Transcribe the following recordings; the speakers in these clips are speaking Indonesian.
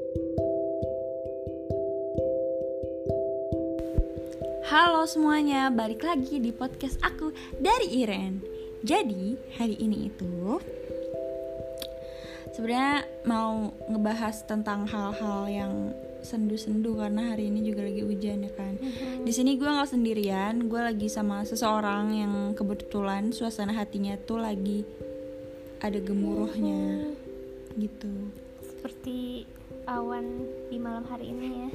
Halo semuanya, balik lagi di podcast aku dari Iren. Jadi hari ini itu sebenarnya mau ngebahas tentang hal-hal yang sendu-sendu karena hari ini juga lagi hujan ya kan. Di sini gue nggak sendirian, gue lagi sama seseorang yang kebetulan suasana hatinya tuh lagi ada gemuruhnya gitu. Seperti awan di malam hari ini ya.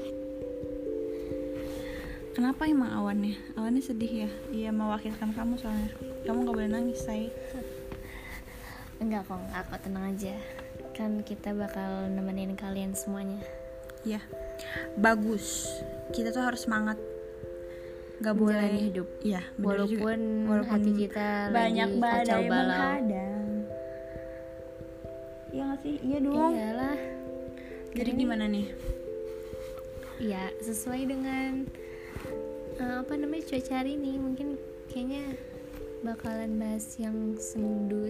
Kenapa emang awannya? Awannya sedih ya? Iya, mewakilkan kamu soalnya. Kamu gak boleh nangis, say. Enggak kok, tenang aja. Kan kita bakal nemenin kalian semuanya. Iya. Bagus. Kita tuh harus semangat. Gak boleh menjalani hidup. Iya, Walaupun hati kita banyak lagi kacau badai balau. menghadang. Iya gak sih? Iya dong. Iyalah. Jadi gimana nih? Ya, sesuai dengan cuaca hari ini, mungkin kayaknya bakalan bahas yang sendu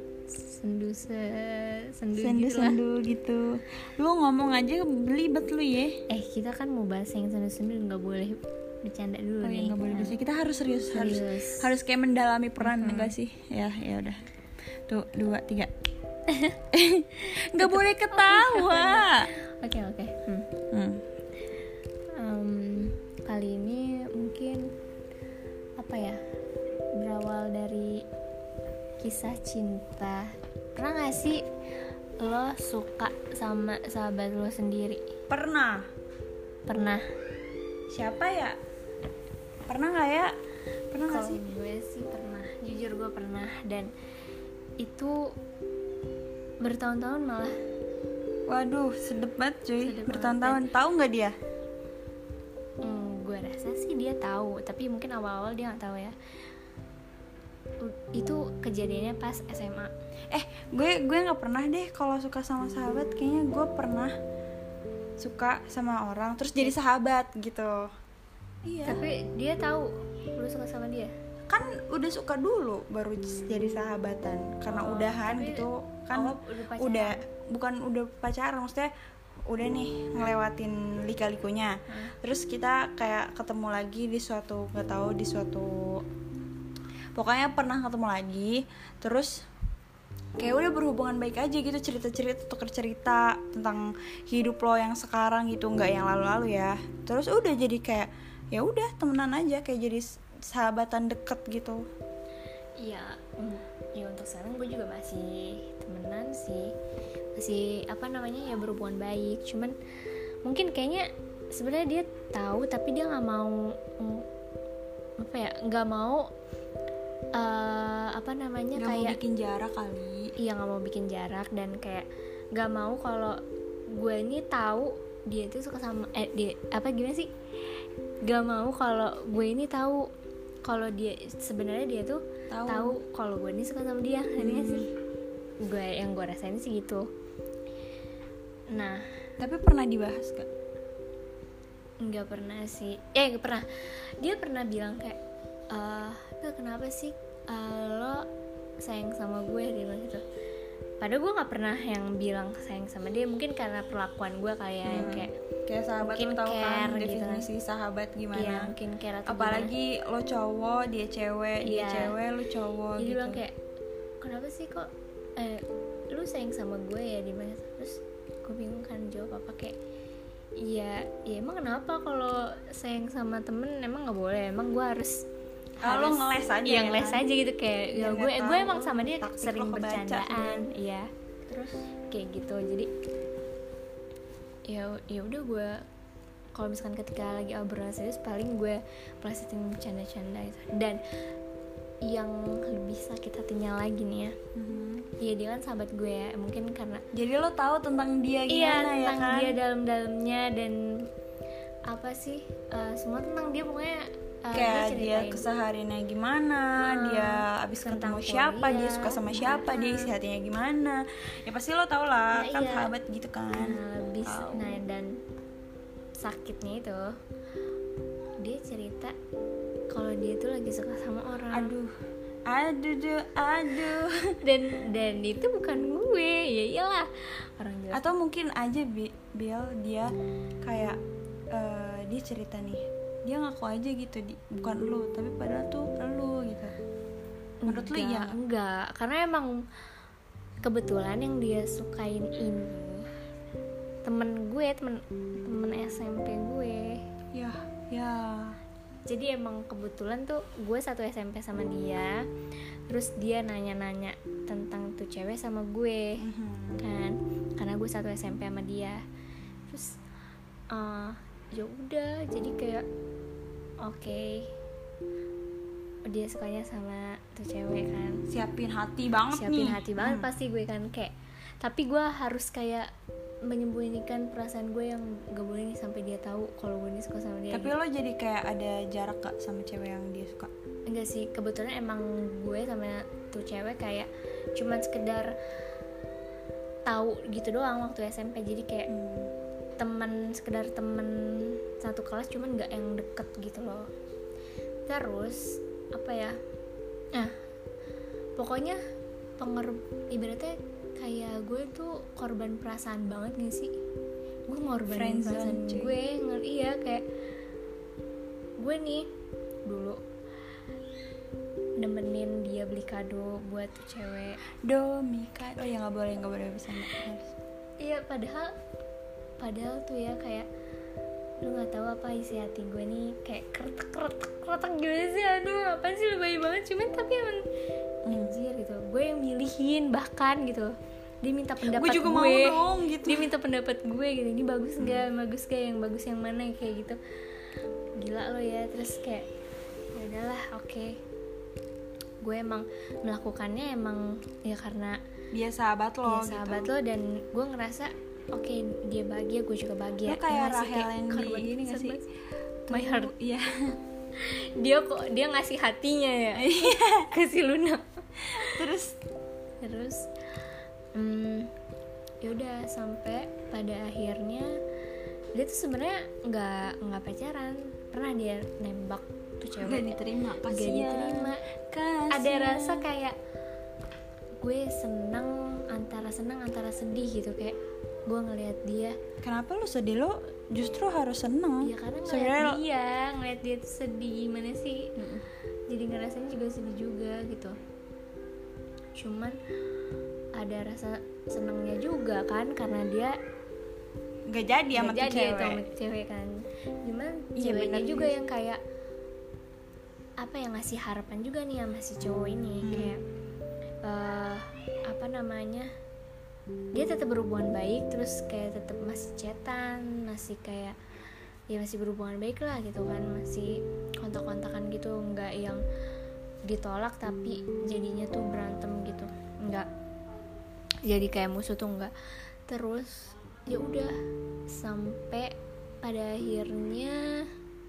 gitu. Lu ngomong aja belibet lu ya. Kita kan mau bahas yang sendu nggak boleh bercanda dulu Oh nih. iya, nggak boleh bercanda. Kita harus serius. Harus kayak mendalami peran enggak sih? Ya udah. Tuh 2, 3. Nggak boleh ketawa. Oke. Kali ini mungkin berawal dari kisah cinta. Pernah gak sih lo suka sama sahabat lo sendiri? Pernah. Siapa ya? Pernah gak ya? Pernah gak sih? Gue sih pernah. Jujur gue pernah. Dan itu bertahun-tahun malah. Waduh, sedep banget cuy. Bertahun-tahun. Tahu gak dia? Gue rasa sih dia tahu, tapi mungkin awal-awal dia nggak tahu ya. Itu kejadiannya pas SMA. Gue nggak pernah deh kalau suka sama sahabat. Kayaknya gue pernah suka sama orang terus jadi sahabat gitu. Iya. Tapi dia tahu lu suka sama dia. Kan udah suka dulu baru jadi sahabatan karena udahan gitu kan. Udah pacaran maksudnya. Udah nih ngelewatin lika-likunya. Terus kita kayak ketemu lagi di suatu pokoknya pernah ketemu lagi. Terus kayak udah berhubungan baik aja gitu, cerita-cerita, tuker cerita tentang hidup lo yang sekarang gitu, nggak yang lalu-lalu ya. Terus udah jadi kayak ya udah temenan aja, kayak jadi sahabatan deket gitu. Iya, untuk sekarang gue juga masih temenan sih, masih ya berhubungan baik. Cuman mungkin kayaknya sebenarnya dia tahu tapi dia nggak mau kayak bikin jarak kali. Iya, nggak mau bikin jarak dan kayak nggak mau kalau gue ini tahu dia itu suka sama nggak mau kalau gue ini tahu kalau dia sebenarnya dia tuh tahu kalau gue ini suka sama dia. Ini sih yang gue rasain sih gitu. Nah, tapi pernah dibahas gak? Nggak pernah sih. Nggak pernah. Dia pernah bilang kayak kenapa sih lo sayang sama gue gitu. Padahal gue nggak pernah yang bilang sayang sama dia. Mungkin karena perlakuan gue yang kayak sahabat, mungkin tahu kan definisi gitu. Sahabat gimana? Iya, mungkin care atau apalagi gimana? Lo cowok, dia cewek, dia cewek, lo cowok. Jadi gitu. bilang kayak kenapa sih kok lu sayang sama gue ya di mana? Terus gue bingung kan jawab apa, kayak ya emang kenapa kalau sayang sama temen emang nggak boleh, emang gue harus ngeles aja yang les aja gitu, kayak gue emang sama dia sering bercandaan gitu. Iya, terus kayak gitu. Jadi ya udah, gue kalau misalkan ketika lagi obrolan serius paling gue pelajarin bercanda-canda itu. Dan yang lebih sakit hatinya lagi nih ya, ya dia kan sahabat gue ya, mungkin karena jadi lo tahu tentang dia gimana ya tentang kan? dia dalam-dalamnya dan semua tentang dia pokoknya. Kayak dia kesehariannya gimana, dia abis ketemu siapa, dia suka sama siapa, dia isi hatinya gimana. Ya pasti lo tau lah, kan sahabat gitu kan. Dan sakitnya itu dia cerita kalau dia tuh lagi suka sama orang. Aduh, aduh. dan itu bukan gue, ya iyalah orang jelas. Atau mungkin aja Bill dia kayak dia cerita nih, dia ngaku aja gitu bukan lu, tapi padahal tuh lu gitu. Menurut lu ya? Enggak, karena emang kebetulan yang dia sukain ini temen SMP gue. Ya. Jadi emang kebetulan tuh gue satu SMP sama dia. Terus dia nanya-nanya tentang tuh cewek sama gue, kan? Karena gue satu SMP sama dia. Terus ya udah, jadi kayak oke, dia sukanya sama tuh cewek kan. Siapin hati banget Pasti gue kan kayak, tapi gue harus kayak menyembunyikan perasaan gue yang gak boleh nih sampai dia tahu kalau gue ini suka sama dia. Tapi gitu. lo jadi kayak ada jarak gak sama cewek yang dia suka? Enggak sih, kebetulan emang gue sama tuh cewek kayak cuman sekedar tahu gitu doang waktu SMP. Jadi kayak sekedar temen satu kelas, cuman nggak yang deket gitu loh. Terus apa ya, pokoknya ibaratnya kayak gue tuh korban perasaan banget gak sih? Gue ngorbanin perasaan gue, iya kayak gue nih dulu nemenin dia beli kado buat tuh cewek. Mika, oh ya nggak boleh bisa harus. Iya, padahal tuh ya kayak lu nggak tahu apa isi hati gue nih, kayak kretek gimana sih, aduh apaan sih, lu bayi banget. Cuman tapi emang anjir gitu, gue yang milihin bahkan gitu. Dia minta pendapat gue juga mau dong gitu. Dia minta pendapat gue gitu, ini bagus nggak, yang bagus yang mana, kayak gitu. Gila lo ya. Terus kayak ya udahlah, oke. Gue emang melakukannya emang ya karena dia sahabat lo gitu. Dan gue ngerasa oke, dia bahagia, gue juga bahagia. Lo kayak Rahel yang di ini nggak sih? My Heart. Iya. dia ngasih hatinya ya ke si Luna. Terus ya udah sampai pada akhirnya dia tuh sebenarnya nggak pacaran. Pernah dia nembak tuh cewek, gak diterima. Ada rasa kayak gue antara senang antara sedih gitu, kayak gue ngelihat dia. Kenapa lu sedih? Lo justru harus seneng. Ya karena ngelihat dia tuh sedih, gimana sih? Jadi ngerasanya juga sedih juga gitu. Cuman ada rasa senangnya juga kan, karena dia gak jadi sama cewek kan. Cuman iya, ceweknya juga yang kayak apa yang ngasih harapan juga nih sama si cowok ini. Kayak apa namanya, dia tetap berhubungan baik, terus kayak tetap masih chatan, masih kayak ya masih berhubungan baik lah gitu kan, masih kontak-kontakan gitu, nggak yang ditolak tapi jadinya tuh berantem gitu, nggak jadi kayak musuh tuh, nggak. Terus ya udah sampai pada akhirnya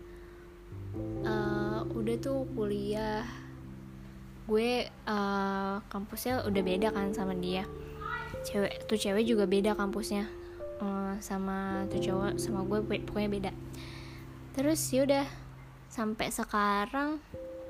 udah tuh kuliah, gue kampusnya udah beda kan sama dia. Cewek juga beda kampusnya, sama tuh cowok sama gue pokoknya beda. Terus yaudah sampai sekarang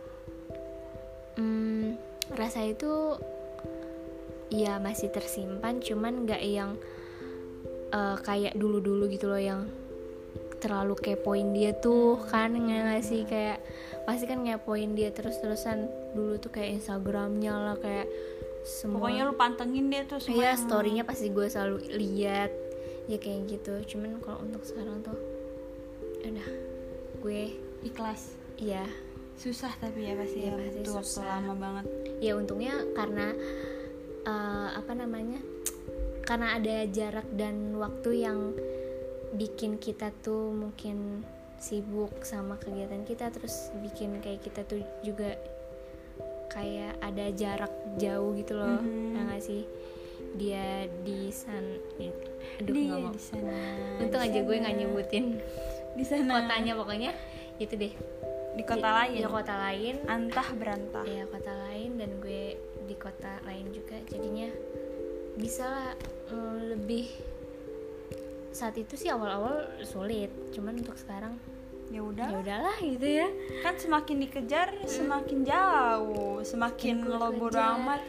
rasa itu ya masih tersimpan, cuman nggak yang kayak dulu gitu loh, yang terlalu kepoin dia tuh kan, nggak sih, kayak pasti kan ngepoin dia terus-terusan. Dulu tuh kayak Instagramnya lah, kayak semua, pokoknya lu pantengin dia tuh semua. Iya, storynya pasti gue selalu lihat ya kayak gitu. Cuman kalau untuk sekarang tuh udah gue ikhlas. Iya, susah tapi ya pasti ya, pasti itu waktu lama banget ya. Untungnya karena apa namanya, karena ada jarak dan waktu yang bikin kita tuh mungkin sibuk sama kegiatan kita, terus bikin kayak kita tuh juga kayak ada jarak jauh gitu loh. Ya nggak sih, dia di sana, di sana. Untung aja gue nggak nyebutin di sana kotanya, pokoknya itu deh, di kota lain. Di kota lain, antah berantah. Iya, kota lain, dan gue di kota lain juga. Jadinya bisa lah lebih. Saat itu sih awal-awal sulit, cuman untuk sekarang ya udah ya udahlah gitu ya. kan semakin dikejar semakin jauh, semakin lo bodo amat,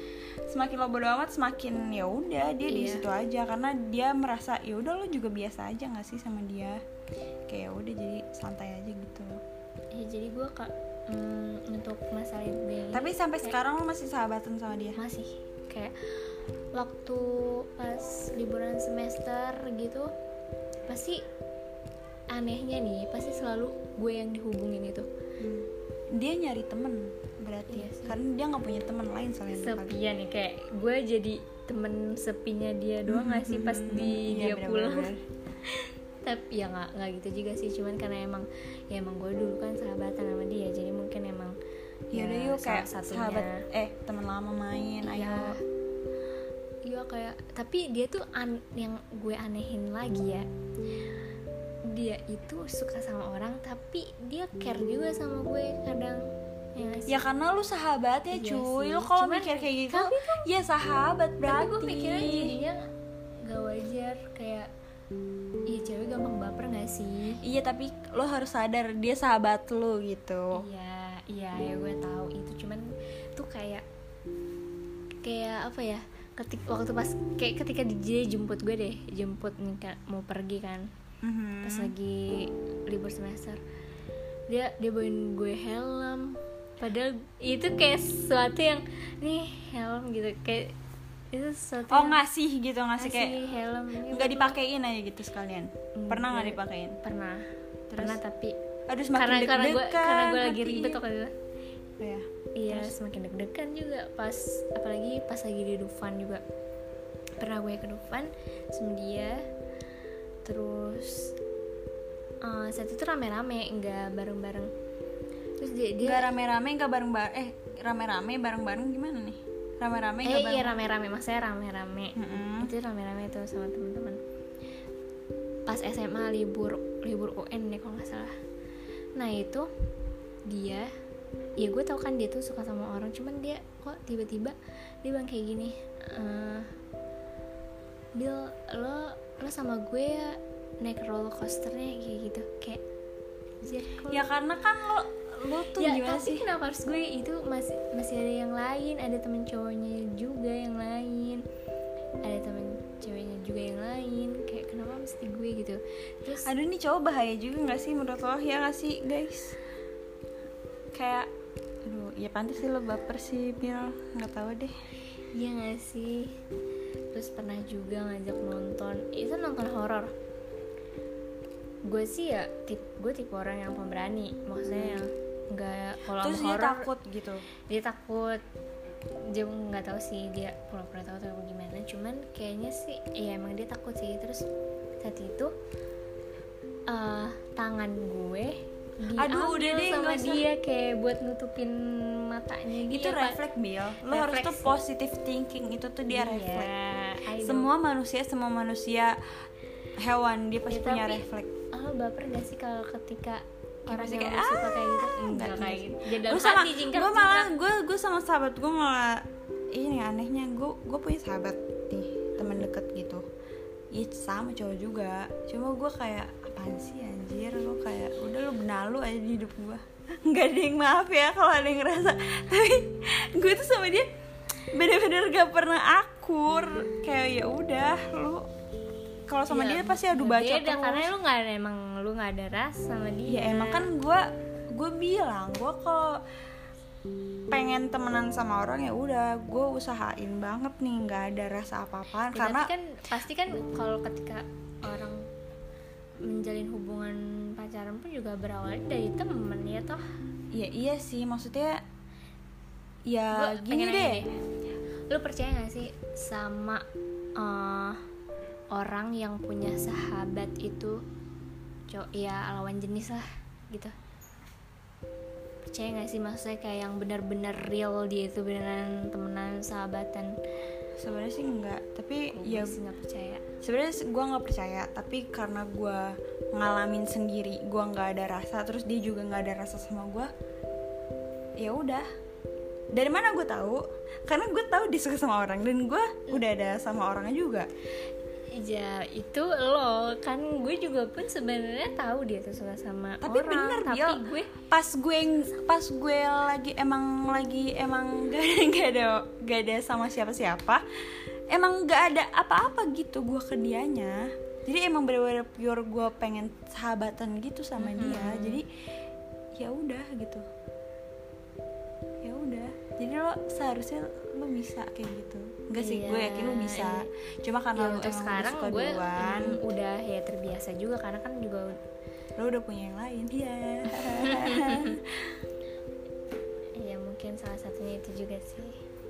semakin ya udah dia di situ aja karena dia merasa ya udah lo juga biasa aja nggak sih sama dia, kayak udah jadi santai aja gitu. Ya jadi gue untuk masalah itu tapi sampai sekarang lo masih sahabatan sama dia? Masih, kayak waktu pas liburan semester gitu pasti anehnya nih pasti selalu gue yang dihubungin itu. Dia nyari temen berarti ya, karena dia nggak punya temen lain selain sepian nih, kayak gue jadi temen sepinya dia doang nggak sih pas dia pulang. Tapi ya nggak gitu juga sih, cuman karena emang gue dulu kan sahabatan sama dia, jadi mungkin emang ya udah yuk kayak sahabat teman lama main ayo. Iya kayak, tapi dia tuh yang gue anehin lagi ya, dia itu suka sama orang tapi dia care juga sama gue kadang. Ya karena lu sahabatnya cuy, lu kalau mikir kayak gitu ya sahabat berarti. Tapi gue pikirnya jadinya gak wajar, kayak iya cewek gampang baper gak sih? Iya tapi lo harus sadar dia sahabat lo gitu. Iya ya gue tahu itu, cuman tuh kayak apa ya, waktu pas kayak ketika dia jemput gue nih mau pergi kan, pas lagi libur semester dia bawain gue helm, padahal itu kayak sesuatu yang nih helm gitu, kayak itu sesuatu ngasih kayak helm nggak dipakein aja gitu sekalian. Pernah nggak dipakein? Pernah tapi aduh semakin karena gue lagi ribet waktu itu. Iya semakin deg-degan juga apalagi pas lagi di Dufan juga. Pernah gue ke Dufan sama dia, terus saat itu rame-rame nggak bareng-bareng. Terus dia nggak rame-rame nggak bareng-bareng rame-rame bareng-bareng gimana nih? Rame-rame nggak bareng? Iya rame-rame, maksudnya rame-rame. Itu rame-rame tuh sama teman-teman pas SMA libur UN nih kalau nggak salah. Nah itu dia, ya gue tau kan dia tuh suka sama orang, cuman dia kok tiba-tiba dia bilang kayak gini, Bil, lo sama gue ya naik roller coasternya kayak gitu, kayak ya karena kan lo tuh ya, gimana tapi sih? Kenapa harus gue, itu masih ada yang lain, ada temen cowoknya juga yang lain, ada temen ceweknya juga yang lain, kayak kenapa mesti gue gitu. Terus aduh nih cowok bahaya juga nggak sih menurut lo ya nggak sih guys? Kayak aduh ya pantas sih lo baper sih Bil, nggak tahu deh. Iya nggak sih. Terus pernah juga ngajak nonton horor. Gue sih ya gue tipe orang yang pemberani, maksudnya yang nggak, kalau terus horor dia takut gitu. Dia takut, dia nggak tahu sih dia pura-pura tahu atau gimana, cuman kayaknya sih ya emang dia takut sih. Terus saat itu tangan gue aduh udah deh sama dia kayak buat nutupin matanya dia. Itu refleks Bil, lo harus tuh positive thinking, itu tuh dia refleks. Semua manusia hewan dia pasti punya refleks. Lo baper gak sih kalau ketika orang yang kayak, suka kayak gitu? Enggak kayak gitu. Jadi gue sama sahabat gue malah ini anehnya, gue punya sahabat nih teman deket gitu. Iya sama cowok juga, cuma gue kayak apaan sih anjir, lo kayak udah lo benalu aja di hidup gue. Nggak ada yang maaf ya kalau ada yang ngerasa, tapi gue tuh sama dia bener-bener gak pernah akur, kayak ya udah lo kalau sama dia pasti adu baca terus. Karena lu nggak ada rasa sama dia. Ya emang kan gue bilang gue kalau pengen temenan sama orang ya udah gue usahain banget nih nggak ada rasa apa-apaan. Karena kan pasti kan kalau ketika orang menjalin hubungan pacaran pun juga berawal dari temen ya toh. Ya iya sih, maksudnya ya gini deh, lu percaya nggak sih sama orang yang punya sahabat itu ya lawan jenis lah gitu? Percaya nggak sih, maksudnya kayak yang benar-benar real dia itu beneran temenan sahabatan? Sebenarnya sih enggak, tapi ya sih nggak percaya. Sebenarnya gue nggak percaya, tapi karena gue ngalamin sendiri, gue nggak ada rasa, terus dia juga nggak ada rasa sama gue, ya udah. Dari mana gue tahu? Karena gue tahu dia suka sama orang dan gue udah ada sama orangnya juga. Ya itu lo kan, gue juga pun sebenarnya tahu dia tuh suka sama tapi orang. Bener, tapi Biel, gue pas gue lagi emang gak ada sama siapa-siapa, emang gak ada apa-apa gitu gue ke dianya. Jadi emang bener-bener pure gue pengen sahabatan gitu sama dia. Jadi ya udah gitu. Ya udah. Jadi lo seharusnya lo bisa kayak gitu. Enggak sih, gue yakin lo bisa. Cuma karena lo untuk emang sekarang suka gue duluan, udah ya terbiasa juga karena kan juga lo udah punya yang lain. Iya. Ya mungkin salah satunya itu juga sih.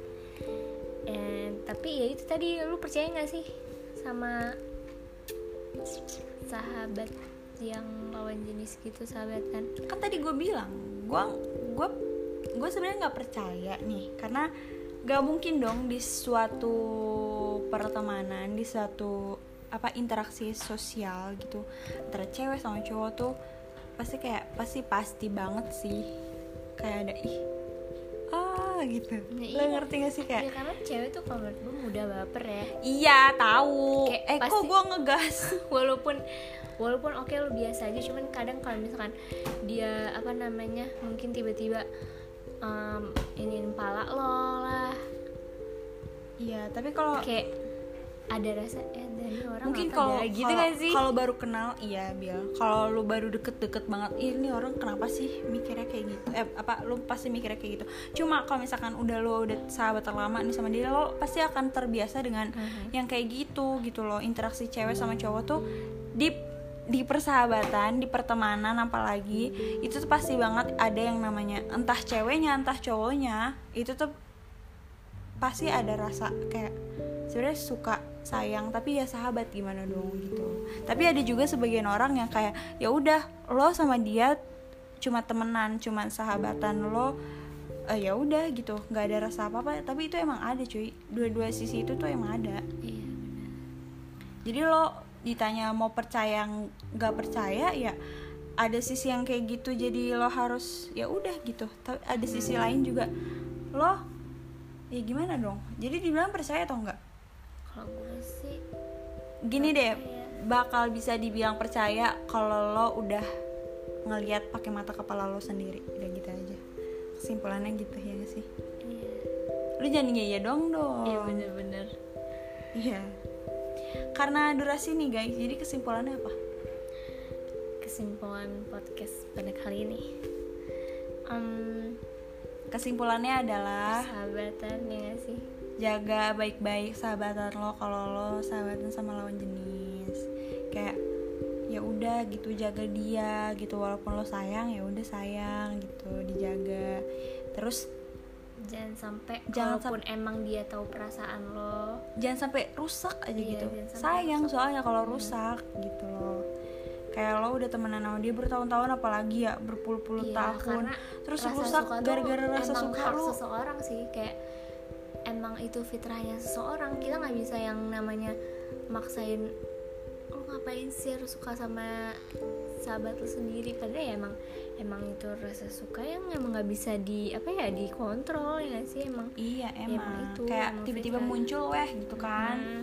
Tapi ya itu tadi, lu percaya nggak sih sama sahabat yang lawan jenis gitu, sahabatan? Kan tadi gue bilang, gue sebenarnya nggak percaya nih, karena nggak mungkin dong di suatu pertemanan, di suatu interaksi sosial gitu antara cewek sama cowok tuh pasti banget sih kayak ada gitu. Nah, lo ngerti gak sih kayak? Ya karena cewek tuh kalau menurut gue mudah baper ya. Iya tahu. Kok gue ngegas. walaupun oke lu biasa aja, cuman kadang kalau misalkan dia mungkin tiba-tiba iniin pala lo lah. Iya, tapi kalau kayak ada rasa dari orang mungkin kalau baru kenal, iya Biel, kalau lu baru deket banget, ini orang kenapa sih mikirnya kayak gitu, lu pasti mikirnya kayak gitu. Cuma kalau misalkan lu udah sahabatan lama nih sama dia, lo pasti akan terbiasa dengan yang kayak gitu loh. Interaksi cewek sama cowok tuh di persahabatan, di pertemanan apalagi, itu tuh pasti banget ada yang namanya entah ceweknya entah cowoknya, itu tuh pasti ada rasa kayak sebenarnya suka, sayang, tapi ya sahabat gimana dong gitu. Tapi ada juga sebagian orang yang kayak ya udah, lo sama dia cuma temenan, cuma sahabatan, lo ya udah gitu, nggak ada rasa apa-apa. Tapi itu emang ada cuy, dua sisi itu tuh emang ada. Iya. Jadi lo ditanya mau percaya nggak percaya, ya ada sisi yang kayak gitu, jadi lo harus ya udah gitu. Tapi ada sisi lain juga, lo ya gimana dong, jadi dibilang percaya atau enggak? Kalau gue sih gini deh, bakal bisa dibilang percaya kalau lo udah ngelihat pakai mata kepala lo sendiri. Udah gitu aja kesimpulannya gitu, ya gak sih? Iya. Lo jangan iya dong. Iya bener-bener. Iya. Karena durasi nih guys, jadi kesimpulannya apa? Kesimpulan podcast pada kali ini, kesimpulannya adalah sahabatan, ya gak sih? Jaga baik-baik sahabatan lo kalau lo sahabatan sama lawan jenis. Kayak ya udah gitu, jaga dia gitu, walaupun lo sayang ya udah sayang gitu, dijaga. Terus jangan sampai walaupun emang dia tahu perasaan lo, jangan sampai rusak aja gitu. Sayang rusak. Soalnya kalau rusak gitu loh. Kayak lo udah temenan sama dia bertahun-tahun, apalagi ya berpuluh-puluh tahun, terus rusak gara-gara rasa suka lo. Seseorang sih kayak emang itu fitrahnya seseorang. Kita nggak bisa yang namanya maksain lo ngapain sih harus suka sama sahabat lo sendiri, padahal ya emang itu rasa suka yang emang nggak bisa dikontrol, ya nggak sih? Emang itu kayak tiba-tiba muncul gitu kan.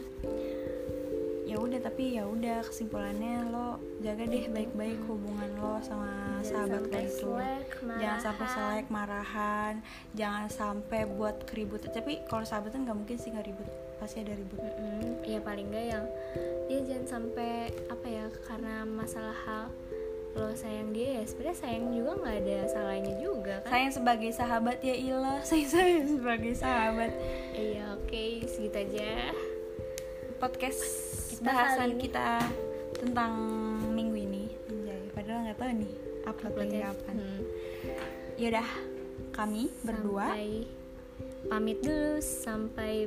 Ya udah, tapi ya udah kesimpulannya lo jaga deh baik-baik hubungan lo sama sahabat lo itu. Jangan sampai selek, marahan, jangan sampai buat keributan. Tapi kalau sahabatan nggak mungkin sih nggak ribut, pasti ada ribut. Ya paling nggak yang dia jangan sampai karena masalah hal lo sayang dia, ya sebenarnya sayang juga nggak ada salahnya juga kan. Sayang sebagai sahabat, ya ilah, sayang sebagai sahabat. Iya, oke, segitu aja podcast bahasan kita tentang minggu ini. Anjay, padahal nggak tahu nih upload lagi kapan. Yaudah, kami berdua pamit dulu, sampai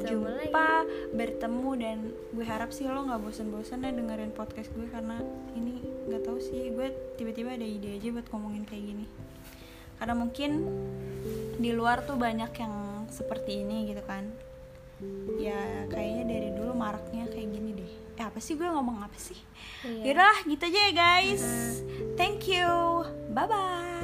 bertemu dan gue harap sih lo nggak bosan-bosan ya dengerin podcast gue, karena ini nggak tahu sih, gue tiba-tiba ada ide aja buat ngomongin kayak gini. Karena mungkin di luar tuh banyak yang seperti ini gitu kan. Ya kayaknya dari dulu maraknya kayak gini deh. Apa sih gue ngomong apa sih? Yaudah gitu aja ya guys. Thank you, bye bye.